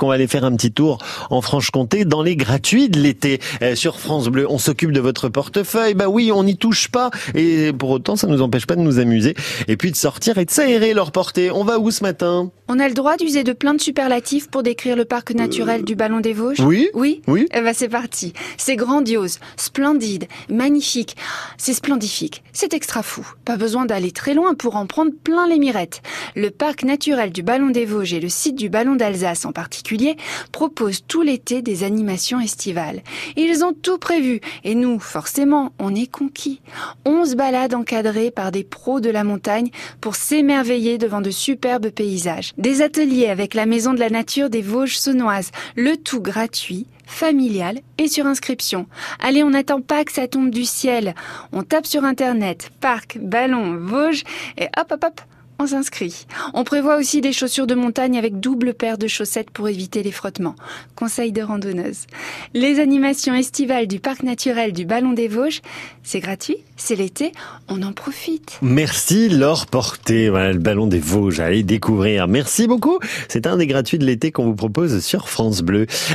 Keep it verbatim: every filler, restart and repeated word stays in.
qu'on va aller faire un petit tour en Franche-Comté dans les gratuits de l'été. Euh, sur France Bleu, on s'occupe de votre portefeuille. Bah oui, on n'y touche pas. Et pour autant, ça ne nous empêche pas de nous amuser. Et puis de sortir et de s'aérer leur portée. On va où ce matin ? On a le droit d'user de plein de superlatifs pour décrire le parc naturel euh... du Ballon des Vosges ? Oui. Oui Oui. Eh ben c'est parti. C'est grandiose, splendide, magnifique. C'est splendifique. C'est extra fou. Pas besoin d'aller très loin pour en prendre plein les mirettes. Le parc naturel du Ballon des Vosges et le site du Ballon d'Alsace en particulier proposent tout l'été des animations estivales. Ils ont tout prévu et nous, forcément, on est conquis. Onze balades encadrées par des pros de la montagne pour s'émerveiller devant de superbes paysages. Des ateliers avec la Maison de la Nature des Vosges saunoises, le tout gratuit, familial et sur inscription. Allez, on n'attend pas que ça tombe du ciel. On tape sur internet, parc, ballon, Vosges et hop hop hop, on s'inscrit. On prévoit aussi des chaussures de montagne avec double paire de chaussettes pour éviter les frottements. Conseil de randonneuse. Les animations estivales du parc naturel du Ballon des Vosges, c'est gratuit, c'est l'été, on en profite. Merci Laure Porté, voilà le Ballon des Vosges, allez découvrir. Merci beaucoup, c'est un des gratuits de l'été qu'on vous propose sur France Bleu.